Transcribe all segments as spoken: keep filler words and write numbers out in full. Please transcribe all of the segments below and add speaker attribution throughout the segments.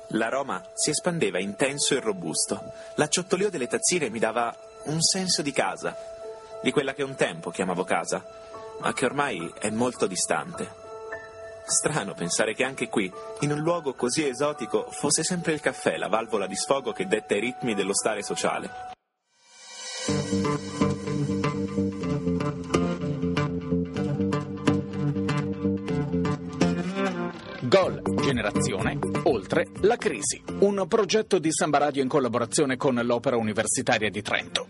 Speaker 1: L'aroma si espandeva intenso e robusto. L'acciottolio delle tazzine mi dava un senso di casa, di quella che un tempo chiamavo casa, ma che ormai è molto distante. Strano pensare che anche qui, in un luogo così esotico, fosse sempre il caffè la valvola di sfogo che detta i ritmi dello stare sociale.
Speaker 2: Gol, generazione, oltre la crisi. Un progetto di Samba Radio in collaborazione con l'Opera Universitaria di Trento.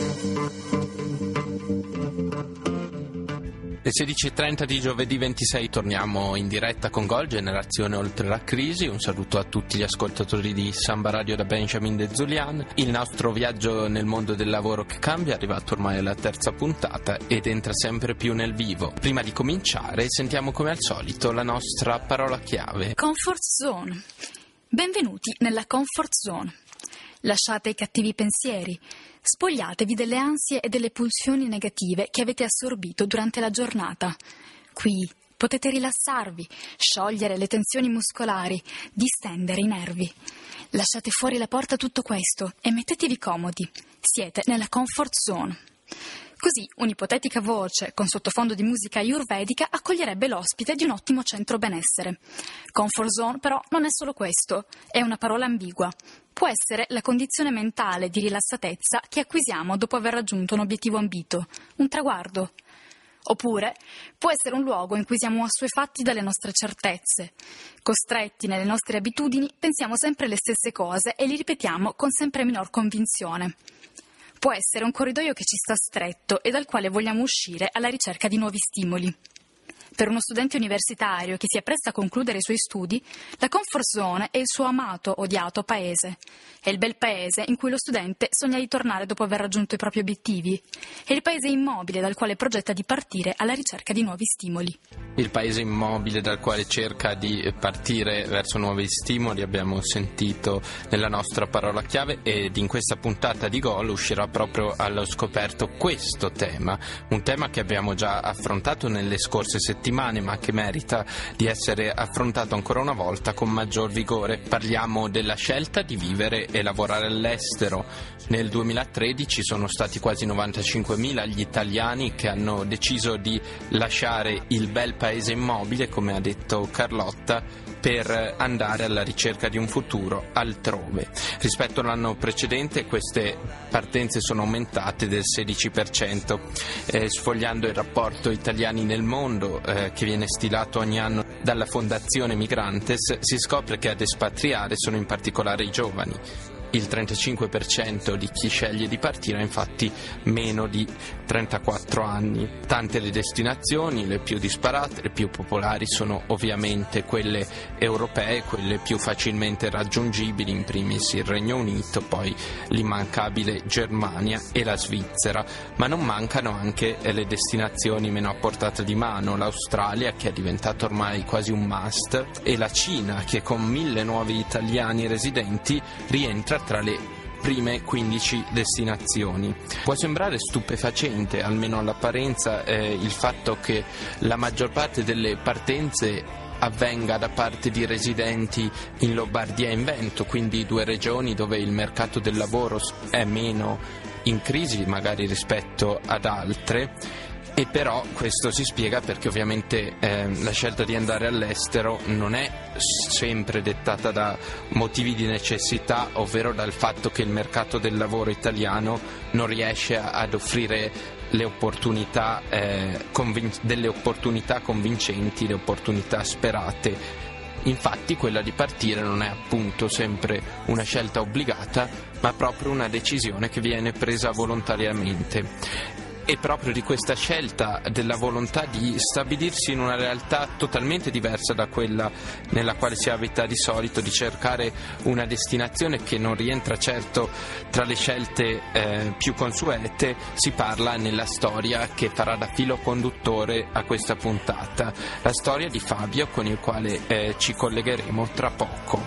Speaker 3: Le sedici e trenta di giovedì ventisei torniamo in diretta con Gol, generazione oltre la crisi. Un saluto a tutti gli ascoltatori di Samba Radio da Benjamin De Zulian. Il nostro viaggio nel mondo del lavoro che cambia è arrivato ormai alla terza puntata ed entra sempre più nel vivo. Prima di cominciare sentiamo come al solito la nostra parola chiave.
Speaker 4: Comfort zone. Benvenuti nella comfort zone. Lasciate i cattivi pensieri, spogliatevi delle ansie e delle pulsioni negative che avete assorbito durante la giornata. Qui potete rilassarvi, sciogliere le tensioni muscolari, distendere i nervi. Lasciate fuori la porta tutto questo e mettetevi comodi. Siete nella comfort zone. Così un'ipotetica voce con sottofondo di musica ayurvedica accoglierebbe l'ospite di un ottimo centro benessere. Comfort zone però non è solo questo, è una parola ambigua. Può essere la condizione mentale di rilassatezza che acquisiamo dopo aver raggiunto un obiettivo ambito, un traguardo. Oppure può essere un luogo in cui siamo assuefatti dalle nostre certezze. Costretti nelle nostre abitudini, pensiamo sempre le stesse cose e li ripetiamo con sempre minor convinzione. Può essere un corridoio che ci sta stretto e dal quale vogliamo uscire alla ricerca di nuovi stimoli. Per uno studente universitario che si appresta a concludere i suoi studi, la comfort zone è il suo amato, odiato paese. È il bel paese in cui lo studente sogna di tornare dopo aver raggiunto i propri obiettivi. È il paese immobile dal quale progetta di partire alla ricerca di nuovi stimoli.
Speaker 3: Il paese immobile dal quale cerca di partire verso nuovi stimoli abbiamo sentito nella nostra parola chiave, ed in questa puntata di Gol uscirà proprio allo scoperto questo tema, un tema che abbiamo già affrontato nelle scorse settimane ma che merita di essere affrontato ancora una volta con maggior vigore. Parliamo della scelta di vivere e lavorare all'estero. Nel duemilatredici sono stati quasi novantacinquemila gli italiani che hanno deciso di lasciare il bel paese immobile, come ha detto Carlotta, per andare alla ricerca di un futuro altrove. Rispetto all'anno precedente queste partenze sono aumentate del sedici per cento. Eh, sfogliando il rapporto Italiani nel mondo, eh, che viene stilato ogni anno dalla Fondazione Migrantes, si scopre che ad espatriare sono in particolare i giovani. Il trentacinque per cento di chi sceglie di partire ha infatti meno di trentaquattro anni. Tante le destinazioni, le più disparate, le più popolari sono ovviamente quelle europee, quelle più facilmente raggiungibili, in primis il Regno Unito, poi l'immancabile Germania e la Svizzera, ma non mancano anche le destinazioni meno a portata di mano, l'Australia che è diventato ormai quasi un must e la Cina che con mille nuovi italiani residenti rientra tra le prime quindici destinazioni. Può sembrare stupefacente, almeno all'apparenza, eh, il fatto che la maggior parte delle partenze avvenga da parte di residenti in Lombardia e in Veneto, quindi due regioni dove il mercato del lavoro è meno in crisi magari rispetto ad altre. E però questo si spiega perché ovviamente eh, la scelta di andare all'estero non è sempre dettata da motivi di necessità, ovvero dal fatto che il mercato del lavoro italiano non riesce a, ad offrire le opportunità, eh, convin- delle opportunità convincenti, le opportunità sperate. Infatti quella di partire non è appunto sempre una scelta obbligata, ma proprio una decisione che viene presa volontariamente. E proprio di questa scelta della volontà di stabilirsi in una realtà totalmente diversa da quella nella quale si abita di solito, di cercare una destinazione che non rientra certo tra le scelte eh, più consuete, si parla nella storia che farà da filo conduttore a questa puntata, la storia di Fabio, con il quale eh, ci collegheremo tra poco.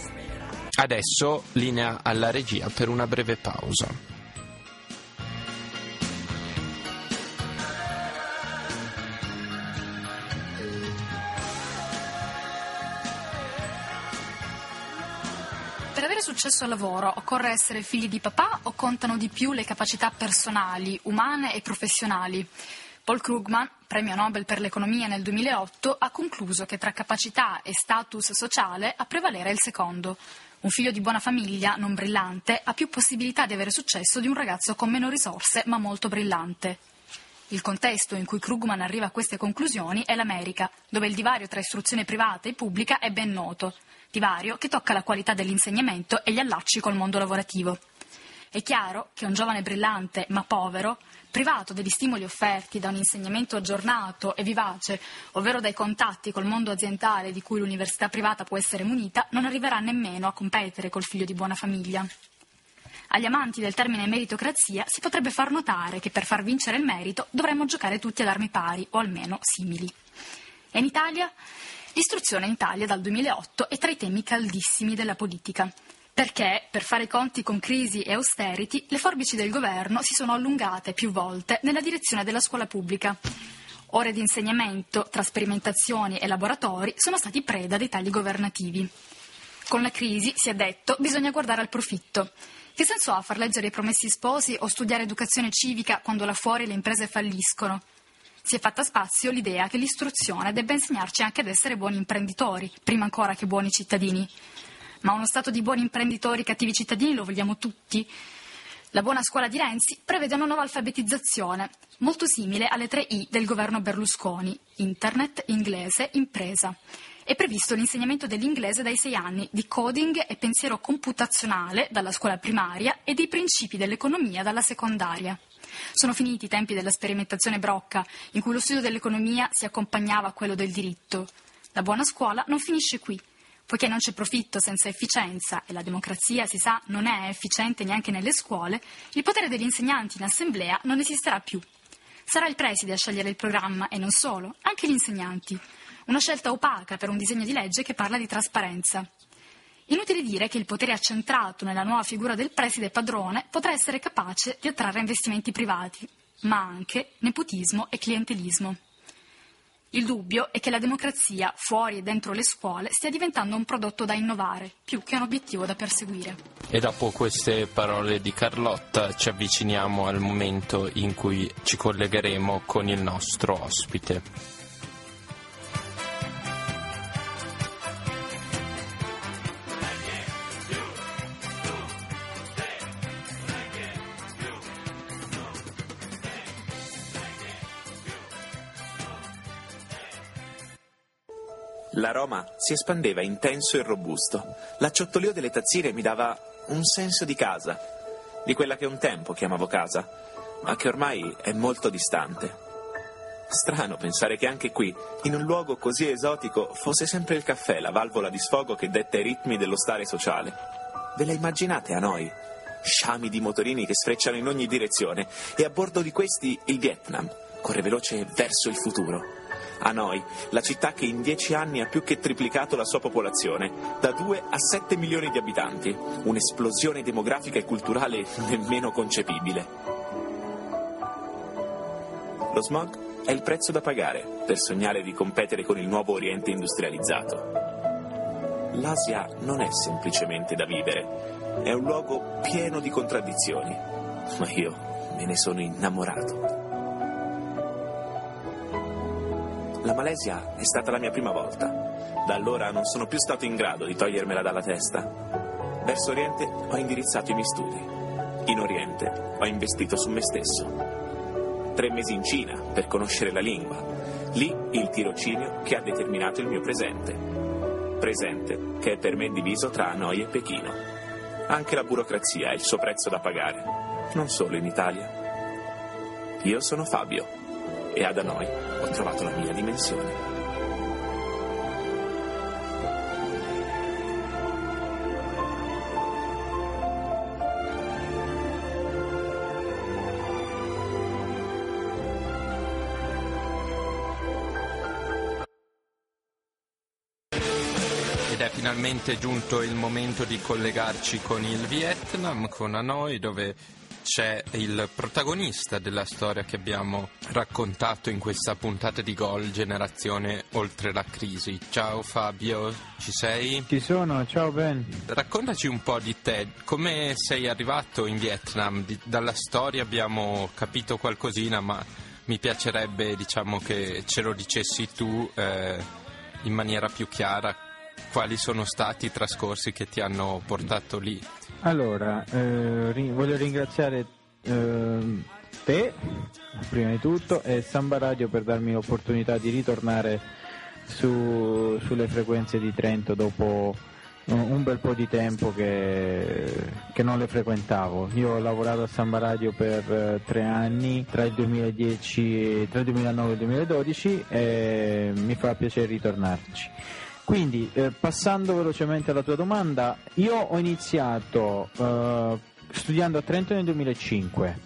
Speaker 3: Adesso linea alla regia per una breve pausa.
Speaker 4: Per avere successo al lavoro occorre essere figli di papà o contano di più le capacità personali, umane e professionali? Paul Krugman, premio Nobel per l'economia nel duemilaotto, ha concluso che tra capacità e status sociale a prevalere il secondo. Un figlio di buona famiglia, non brillante, ha più possibilità di avere successo di un ragazzo con meno risorse ma molto brillante. Il contesto in cui Krugman arriva a queste conclusioni è l'America, dove il divario tra istruzione privata e pubblica è ben noto. Divario che tocca la qualità dell'insegnamento e gli allacci col mondo lavorativo. È chiaro che un giovane brillante ma povero, privato degli stimoli offerti da un insegnamento aggiornato e vivace, ovvero dai contatti col mondo aziendale di cui l'università privata può essere munita, non arriverà nemmeno a competere col figlio di buona famiglia. Agli amanti del termine meritocrazia si potrebbe far notare che per far vincere il merito dovremmo giocare tutti ad armi pari, o almeno simili. E in Italia? L'istruzione in Italia dal duemilaotto è tra i temi caldissimi della politica. Perché, per fare i conti con crisi e austerity, le forbici del governo si sono allungate più volte nella direzione della scuola pubblica. Ore di insegnamento, tra sperimentazioni e laboratori, sono stati preda dei tagli governativi. Con la crisi, si è detto, bisogna guardare al profitto. Che senso ha far leggere i Promessi Sposi o studiare educazione civica quando là fuori le imprese falliscono? Si è fatta spazio l'idea che l'istruzione debba insegnarci anche ad essere buoni imprenditori, prima ancora che buoni cittadini. Ma uno stato di buoni imprenditori e cattivi cittadini lo vogliamo tutti? La buona scuola di Renzi prevede una nuova alfabetizzazione, molto simile alle tre I del governo Berlusconi: internet, inglese, impresa. È previsto l'insegnamento dell'inglese dai sei anni, di coding e pensiero computazionale dalla scuola primaria e dei principi dell'economia dalla secondaria. Sono finiti i tempi della sperimentazione brocca, in cui lo studio dell'economia si accompagnava a quello del diritto. La buona scuola non finisce qui. Poiché non c'è profitto senza efficienza e la democrazia, si sa, non è efficiente neanche nelle scuole, il potere degli insegnanti in assemblea non esisterà più. Sarà il preside a scegliere il programma e non solo, anche gli insegnanti. Una scelta opaca per un disegno di legge che parla di trasparenza. Inutile dire che il potere accentrato nella nuova figura del preside padrone potrà essere capace di attrarre investimenti privati, ma anche nepotismo e clientelismo. Il dubbio è che la democrazia, fuori e dentro le scuole, stia diventando un prodotto da innovare, più che un obiettivo da perseguire.
Speaker 3: E dopo queste parole di Carlotta ci avviciniamo al momento in cui ci collegheremo con il nostro ospite.
Speaker 1: L'aroma si espandeva intenso e robusto. L'acciottolio delle tazzine mi dava un senso di casa, di quella che un tempo chiamavo casa, ma che ormai è molto distante. Strano pensare che anche qui, in un luogo così esotico, fosse sempre il caffè la valvola di sfogo che detta i ritmi dello stare sociale. Ve la immaginate a noi? Sciami di motorini che sfrecciano in ogni direzione e a bordo di questi il Vietnam corre veloce verso il futuro. Hanoi, la città che in dieci anni ha più che triplicato la sua popolazione, da due a sette milioni di abitanti, un'esplosione demografica e culturale nemmeno concepibile. Lo smog è il prezzo da pagare per sognare di competere con il nuovo Oriente industrializzato. L'Asia non è semplicemente da vivere, è un luogo pieno di contraddizioni, ma io me ne sono innamorato. La Malesia è stata la mia prima volta. Da allora non sono più stato in grado di togliermela dalla testa. Verso Oriente ho indirizzato i miei studi. In Oriente ho investito su me stesso. Tre mesi in Cina per conoscere la lingua. Lì il tirocinio che ha determinato il mio presente. Presente che è per me diviso tra Hanoi e Pechino. Anche la burocrazia ha il suo prezzo da pagare. Non solo in Italia. Io sono Fabio. E ad Hanoi ho trovato la mia dimensione.
Speaker 3: Ed è finalmente giunto il momento di collegarci con il Vietnam, con Hanoi, dove c'è il protagonista della storia che abbiamo raccontato in questa puntata di Gol, Generazione oltre la crisi. Ciao Fabio, ci sei?
Speaker 5: Ci sono, ciao Ben.
Speaker 3: Raccontaci un po' di te, come sei arrivato in Vietnam? Di, dalla storia abbiamo capito qualcosina, ma mi piacerebbe, diciamo, che ce lo dicessi tu eh, in maniera più chiara. Quali sono stati i trascorsi che ti hanno portato lì?
Speaker 5: Allora, eh, ri- voglio ringraziare eh, te, prima di tutto, e Samba Radio per darmi l'opportunità di ritornare su, sulle frequenze di Trento dopo un bel po' di tempo che, che non le frequentavo. Io ho lavorato a Samba Radio per eh, tre anni, tra il duemiladieci, tra il duemilanove e il duemiladodici, e mi fa piacere ritornarci. Quindi, eh, passando velocemente alla tua domanda, io ho iniziato eh, studiando a Trento nel duemilacinque,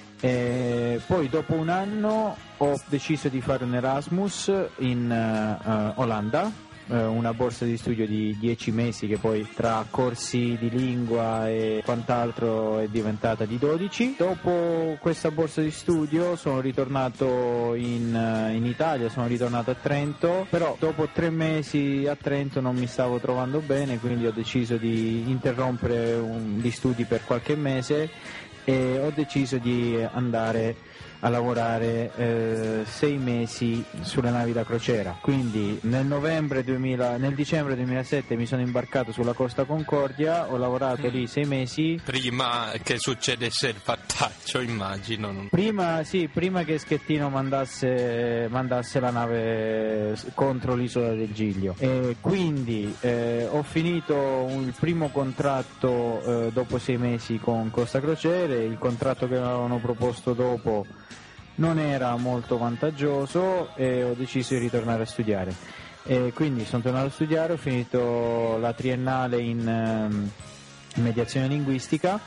Speaker 5: e poi dopo un anno ho deciso di fare un Erasmus in eh, Olanda, una borsa di studio di dieci mesi che poi tra corsi di lingua e quant'altro è diventata di dodici. Dopo questa borsa di studio sono ritornato in, in Italia, sono ritornato a Trento, però dopo tre mesi a Trento non mi stavo trovando bene, quindi ho deciso di interrompere un, gli studi per qualche mese e ho deciso di andare a lavorare eh, sei mesi sulle navi da crociera. Quindi nel novembre duemila, nel dicembre duemilasette mi sono imbarcato sulla Costa Concordia, ho lavorato lì sei mesi.
Speaker 3: Prima che succedesse il fattaccio, immagino.
Speaker 5: Prima, sì, prima che Schettino mandasse, mandasse la nave contro l'isola del Giglio. E quindi eh, ho finito il primo contratto eh, dopo sei mesi con Costa Crociere. Il contratto che mi avevano proposto dopo non era molto vantaggioso e ho deciso di ritornare a studiare. E quindi sono tornato a studiare, ho finito la triennale in um, mediazione linguistica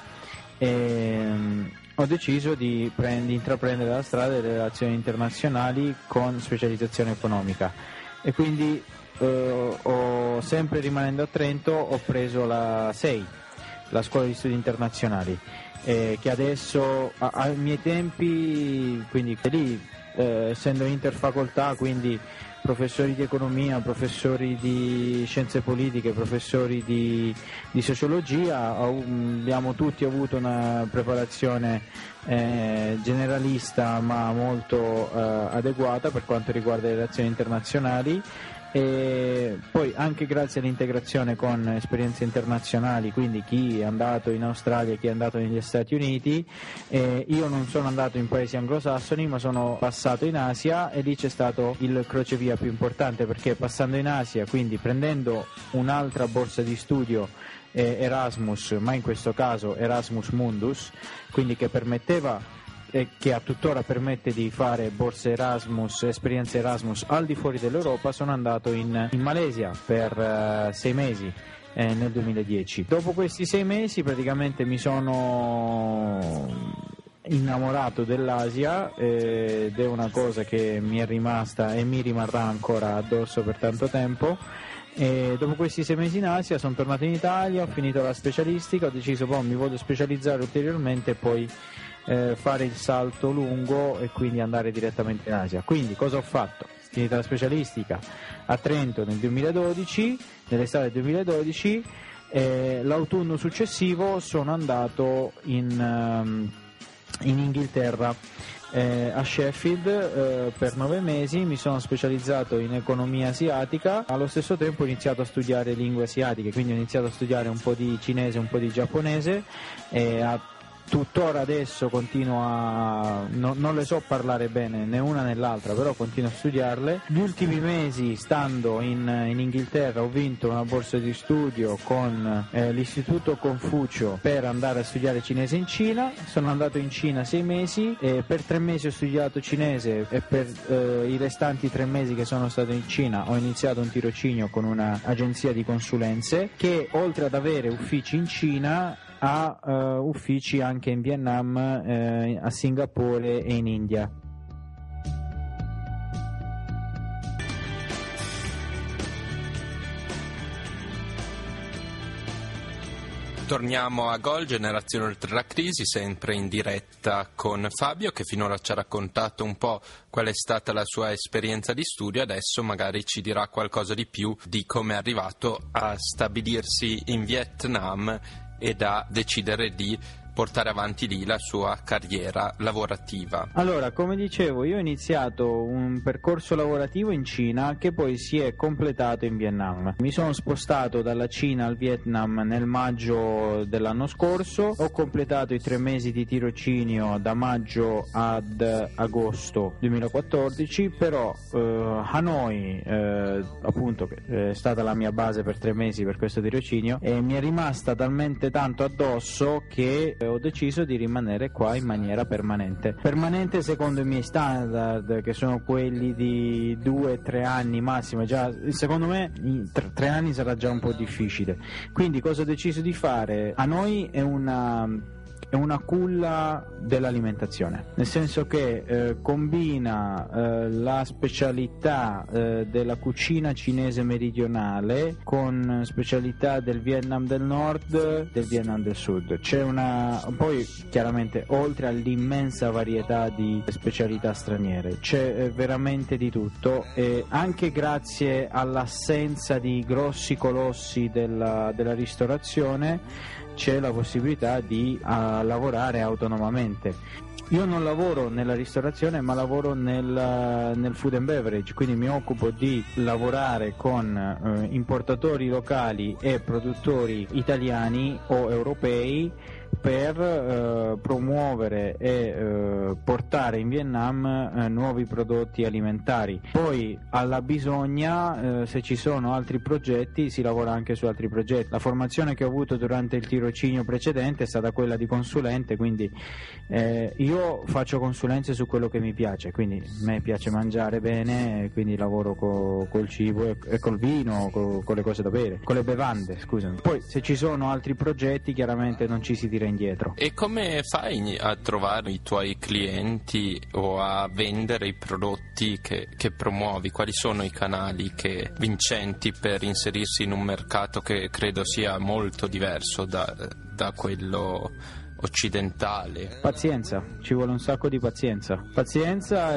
Speaker 5: e um, ho deciso di, prend- di intraprendere la strada delle relazioni internazionali con specializzazione economica. E quindi uh, ho, sempre rimanendo a Trento, ho preso la S E I, la Scuola di Studi Internazionali. Eh, che adesso a, ai miei tempi, quindi lì eh, essendo interfacoltà, quindi professori di economia, professori di scienze politiche, professori di, di sociologia, abbiamo tutti avuto una preparazione eh, generalista ma molto eh, adeguata per quanto riguarda le relazioni internazionali. E poi anche grazie all'integrazione con esperienze internazionali, quindi chi è andato in Australia, chi è andato negli Stati Uniti, eh, io non sono andato in paesi anglosassoni ma sono passato in Asia e lì c'è stato il crocevia più importante, perché passando in Asia, quindi prendendo un'altra borsa di studio eh, Erasmus, ma in questo caso Erasmus Mundus, quindi che permetteva e che a tuttora permette di fare borse Erasmus, esperienze Erasmus al di fuori dell'Europa, sono andato in, in Malesia per uh, sei mesi eh, nel duemiladieci. Dopo questi sei mesi praticamente mi sono innamorato dell'Asia eh, ed è una cosa che mi è rimasta e mi rimarrà ancora addosso per tanto tempo. E dopo questi sei mesi in Asia sono tornato in Italia, ho finito la specialistica, ho deciso poi mi voglio specializzare ulteriormente e poi Eh, fare il salto lungo e quindi andare direttamente in Asia. Quindi cosa ho fatto? Finita la specialistica a Trento nel duemiladodici, nell'estate del duemiladodici, eh, l'autunno successivo sono andato in, um, in Inghilterra, eh, a Sheffield eh, per nove mesi, mi sono specializzato in economia asiatica, allo stesso tempo ho iniziato a studiare lingue asiatiche, quindi ho iniziato a studiare un po' di cinese, un po' di giapponese e a tuttora adesso continuo a no, non le so parlare bene né una né l'altra, però continuo a studiarle. Gli ultimi mesi, stando in, in Inghilterra, ho vinto una borsa di studio con eh, l'Istituto Confucio per andare a studiare cinese in Cina. Sono andato in Cina sei mesi e per tre mesi ho studiato cinese e per eh, i restanti tre mesi che sono stato in Cina ho iniziato un tirocinio con un'agenzia di consulenze che, oltre ad avere uffici in Cina, ha uh, uffici anche in Vietnam, eh, a Singapore e in India.
Speaker 3: Torniamo a Gol, Generazione Oltre la Crisi, sempre in diretta con Fabio, che finora ci ha raccontato un po' qual è stata la sua esperienza di studio. Adesso magari ci dirà qualcosa di più di come è arrivato a stabilirsi in Vietnam e da decidere di portare avanti lì la sua carriera lavorativa.
Speaker 5: Allora, come dicevo, io ho iniziato un percorso lavorativo in Cina che poi si è completato in Vietnam. Mi sono spostato dalla Cina al Vietnam nel maggio dell'anno scorso, ho completato i tre mesi di tirocinio da maggio ad agosto duemilaquattordici, però eh, Hanoi, eh, appunto, che è stata la mia base per tre mesi per questo tirocinio, e mi è rimasta talmente tanto addosso che ho deciso di rimanere qua in maniera permanente. Permanente secondo i miei standard, che sono quelli di due tre anni massimo. Già, secondo me tre, tre anni sarà già un po' difficile. Quindi cosa ho deciso di fare? A noi è una è una culla dell'alimentazione, nel senso che eh, combina eh, la specialità eh, della cucina cinese meridionale con specialità del Vietnam del Nord, del Vietnam del Sud. C'è una, poi chiaramente oltre all'immensa varietà di specialità straniere c'è eh, veramente di tutto, e anche grazie all'assenza di grossi colossi della, della ristorazione c'è la possibilità di uh, lavorare autonomamente. Io non lavoro nella ristorazione, ma lavoro nel, nel food and beverage, quindi mi occupo di lavorare con uh, importatori locali e produttori italiani o europei per eh, promuovere e eh, portare in Vietnam eh, nuovi prodotti alimentari. Poi alla bisogna, eh, se ci sono altri progetti, si lavora anche su altri progetti. La formazione che ho avuto durante il tirocinio precedente è stata quella di consulente, quindi eh, io faccio consulenze su quello che mi piace, quindi a me piace mangiare bene, quindi lavoro co, col cibo e, e col vino, co, con le cose da bere, con le bevande, scusami. Poi se ci sono altri progetti chiaramente non ci si tira indietro.
Speaker 3: E come fai a trovare i tuoi clienti o a vendere i prodotti che, che promuovi? Quali sono i canali che, vincenti per inserirsi in un mercato che credo sia molto diverso da, da quello occidentale?
Speaker 5: Pazienza, ci vuole un sacco di pazienza. Pazienza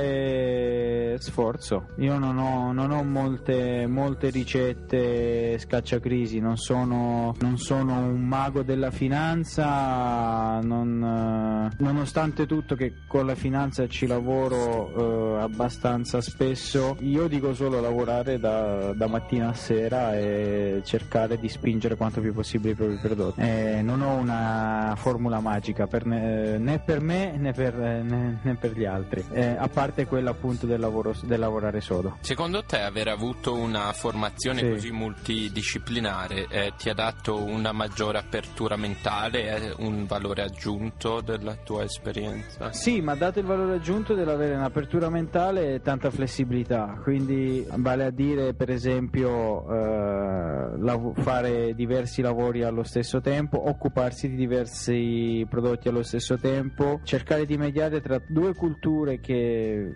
Speaker 5: e sforzo. Io non ho, non ho molte, molte ricette scacciacrisi, non sono, non sono un mago della finanza, non, nonostante tutto che con la finanza ci lavoro eh, abbastanza spesso. Io dico solo lavorare da, da mattina a sera e cercare di spingere quanto più possibile i propri prodotti. Eh, non ho una formula magica Per ne, né per me né per, né, né per gli altri, eh, a parte quella appunto del, lavoro, del lavorare sodo.
Speaker 3: Secondo te aver avuto una formazione
Speaker 5: sì.
Speaker 3: così multidisciplinare eh, ti ha dato una maggiore apertura mentale, è un valore aggiunto della tua esperienza?
Speaker 5: Sì, mi ha dato il valore aggiunto dell'avere un'apertura mentale e tanta flessibilità, quindi vale a dire per esempio eh, lav- fare diversi lavori allo stesso tempo, occuparsi di diversi prodotti allo stesso tempo, cercare di mediare tra due culture che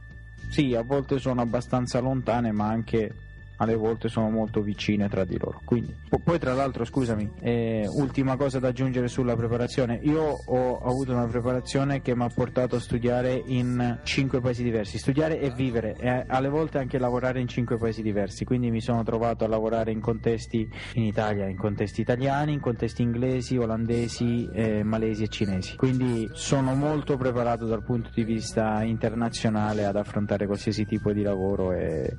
Speaker 5: sì, a volte sono abbastanza lontane, ma anche alle volte sono molto vicine tra di loro. Quindi poi tra l'altro, scusami, eh, ultima cosa da aggiungere sulla preparazione: io ho avuto una preparazione che mi ha portato a studiare in cinque paesi diversi, studiare e vivere, e alle volte anche lavorare in cinque paesi diversi, quindi mi sono trovato a lavorare in contesti in Italia, in contesti italiani, in contesti inglesi, olandesi, eh, malesi e cinesi, quindi sono molto preparato dal punto di vista internazionale ad affrontare qualsiasi tipo di lavoro. E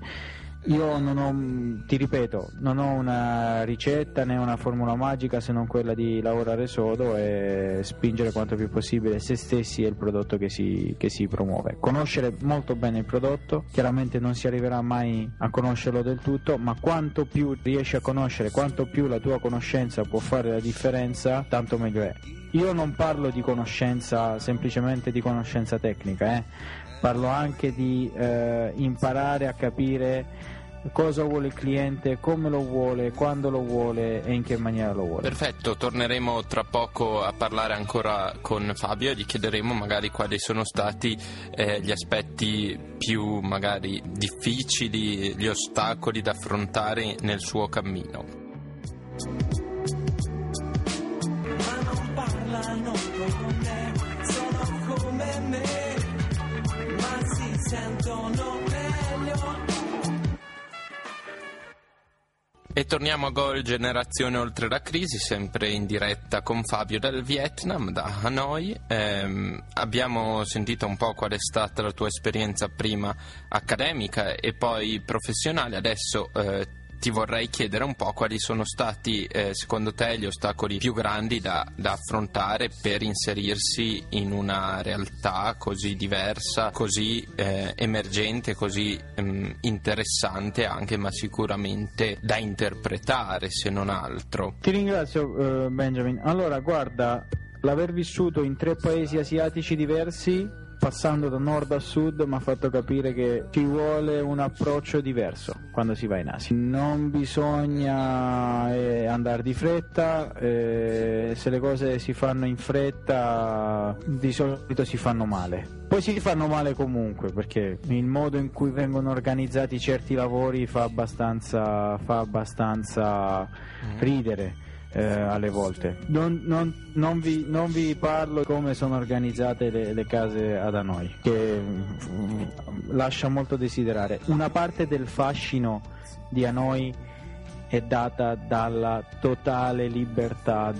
Speaker 5: io non ho, ti ripeto, non ho una ricetta né una formula magica se non quella di lavorare sodo e spingere quanto più possibile se stessi e il prodotto che si, che si promuove. Conoscere molto bene il prodotto, chiaramente non si arriverà mai a conoscerlo del tutto, ma quanto più riesci a conoscere, quanto più la tua conoscenza può fare la differenza, tanto meglio è. Io non parlo di conoscenza, semplicemente di conoscenza tecnica, eh. Parlo anche di eh, imparare a capire cosa vuole il cliente, come lo vuole, quando lo vuole e in che maniera lo vuole.
Speaker 3: Perfetto, torneremo tra poco a parlare ancora con Fabio e gli chiederemo magari quali sono stati eh, gli aspetti più magari difficili, gli ostacoli da affrontare nel suo cammino. E torniamo a Gol Generazione Oltre la Crisi, sempre in diretta con Fabio dal Vietnam, da Hanoi. Eh, abbiamo sentito un po' qual è stata la tua esperienza prima accademica e poi professionale. Adesso eh, ti vorrei chiedere un po' quali sono stati eh, secondo te gli ostacoli più grandi da, da affrontare per inserirsi in una realtà così diversa, così eh, emergente, così ehm, interessante anche, ma sicuramente da interpretare se non altro.
Speaker 5: Ti ringrazio uh, Benjamin. Allora guarda, l'aver vissuto in tre paesi asiatici diversi, passando da nord a sud, mi ha fatto capire che ci vuole un approccio diverso quando si va in Asia. Non bisogna eh, andare di fretta, eh, se le cose si fanno in fretta di solito si fanno male. Poi si fanno male comunque, perché il modo in cui vengono organizzati certi lavori fa abbastanza, fa abbastanza ridere. Eh, alle volte non, non, non, vi, non vi parlo come sono organizzate le, le case ad Hanoi, che mm, lascia molto desiderare. Una parte del fascino di Hanoi è data dalla totale libertà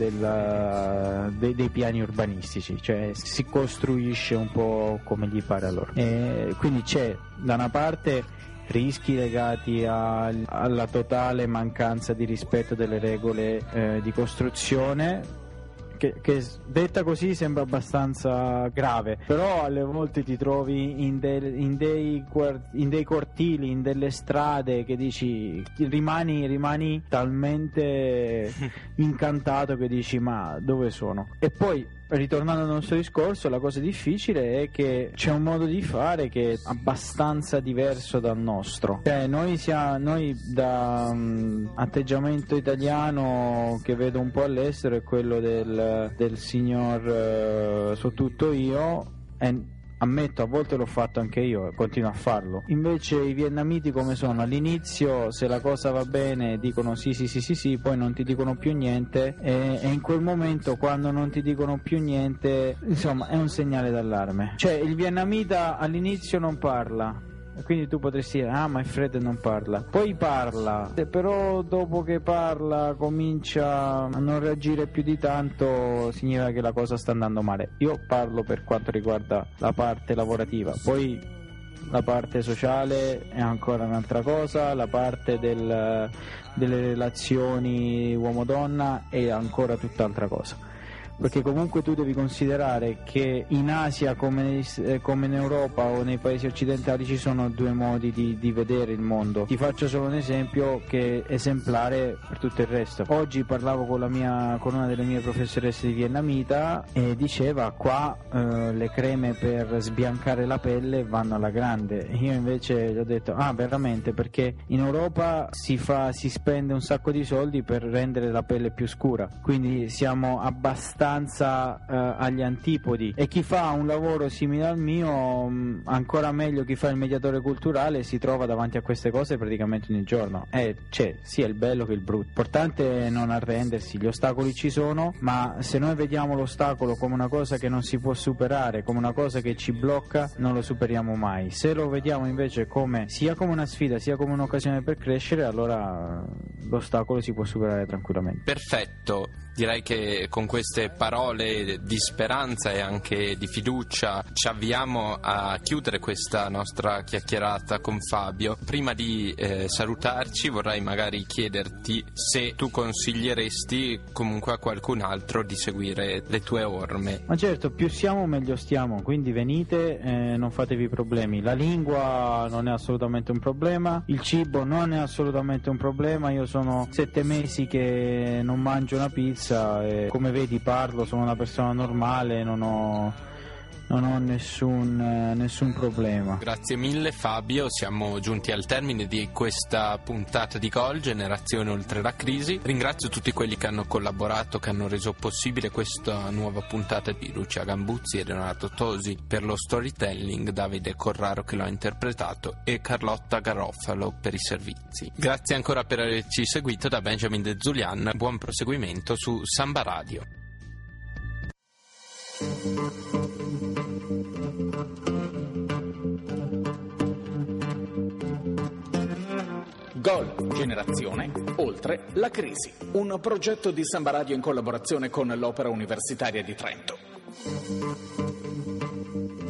Speaker 5: del, dei, dei piani urbanistici, cioè si costruisce un po' come gli pare a loro, e quindi c'è da una parte rischi legati a, alla totale mancanza di rispetto delle regole eh, di costruzione, che, che detta così sembra abbastanza grave, però alle volte ti trovi in, de, in, dei, in dei cortili, in delle strade che dici, rimani, rimani talmente incantato che dici ma dove sono? E poi, ritornando al nostro discorso, la cosa difficile è che c'è un modo di fare che è abbastanza diverso dal nostro. Cioè, noi, siamo, noi da um, atteggiamento italiano che vedo un po' all'estero è quello del, del signor uh, so tutto io, e ammetto, a volte l'ho fatto anche io e continuo a farlo. Invece i vietnamiti come sono? All'inizio, se la cosa va bene, dicono sì sì sì sì sì, poi non ti dicono più niente, e, e in quel momento, quando non ti dicono più niente, insomma, è un segnale d'allarme. Cioè, il vietnamita all'inizio non parla, quindi tu potresti dire ah ma è freddo e non parla, poi parla, però dopo che parla comincia a non reagire più di tanto, significa che la cosa sta andando male. Io parlo per quanto riguarda la parte lavorativa, poi la parte sociale è ancora un'altra cosa, la parte del, delle relazioni uomo-donna è ancora tutt'altra cosa. Perché comunque tu devi considerare che in Asia come, eh, come in Europa o nei paesi occidentali ci sono due modi di, di vedere il mondo. Ti faccio solo un esempio che è esemplare per tutto il resto. Oggi parlavo con, la mia, con una delle mie professoresse di vietnamita e diceva qua eh, le creme per sbiancare la pelle vanno alla grande. Io invece gli ho detto ah veramente, perché in Europa si, fa, si spende un sacco di soldi per rendere la pelle più scura, quindi siamo abbastanza Eh, agli antipodi, e chi fa un lavoro simile al mio, mh, ancora meglio chi fa il mediatore culturale, si trova davanti a queste cose praticamente ogni giorno. Eh, c'è sia il bello che il brutto. L'importante è non arrendersi, gli ostacoli ci sono, ma se noi vediamo l'ostacolo come una cosa che non si può superare, come una cosa che ci blocca, non lo superiamo mai. Se lo vediamo invece come sia come una sfida sia come un'occasione per crescere, allora l'ostacolo si può superare tranquillamente.
Speaker 3: Perfetto, direi che con queste parole di speranza e anche di fiducia ci avviamo a chiudere questa nostra chiacchierata con Fabio. Prima di eh, salutarci vorrei magari chiederti se tu consiglieresti comunque a qualcun altro di seguire le tue orme.
Speaker 5: Ma certo, più siamo meglio stiamo, quindi venite, eh, non fatevi problemi. La lingua non è assolutamente un problema, il cibo non è assolutamente un problema. Io sono sette mesi che non mangio una pizza e come vedi parlo, sono una persona normale, non ho, non ho nessun, eh, nessun problema.
Speaker 3: Grazie mille Fabio, siamo giunti al termine di questa puntata di Gol Generazione Oltre la Crisi. Ringrazio tutti quelli che hanno collaborato, che hanno reso possibile questa nuova puntata, di Lucia Gambuzzi e Renato Tosi per lo storytelling, Davide Corraro che lo ha interpretato e Carlotta Garofalo per i servizi. Grazie ancora per averci seguito. Da Benjamin De Zulian, buon proseguimento su Samba Radio.
Speaker 2: Gol, generazione, oltre la crisi. Un progetto di Samba Radio in collaborazione con l'Opera Universitaria di Trento.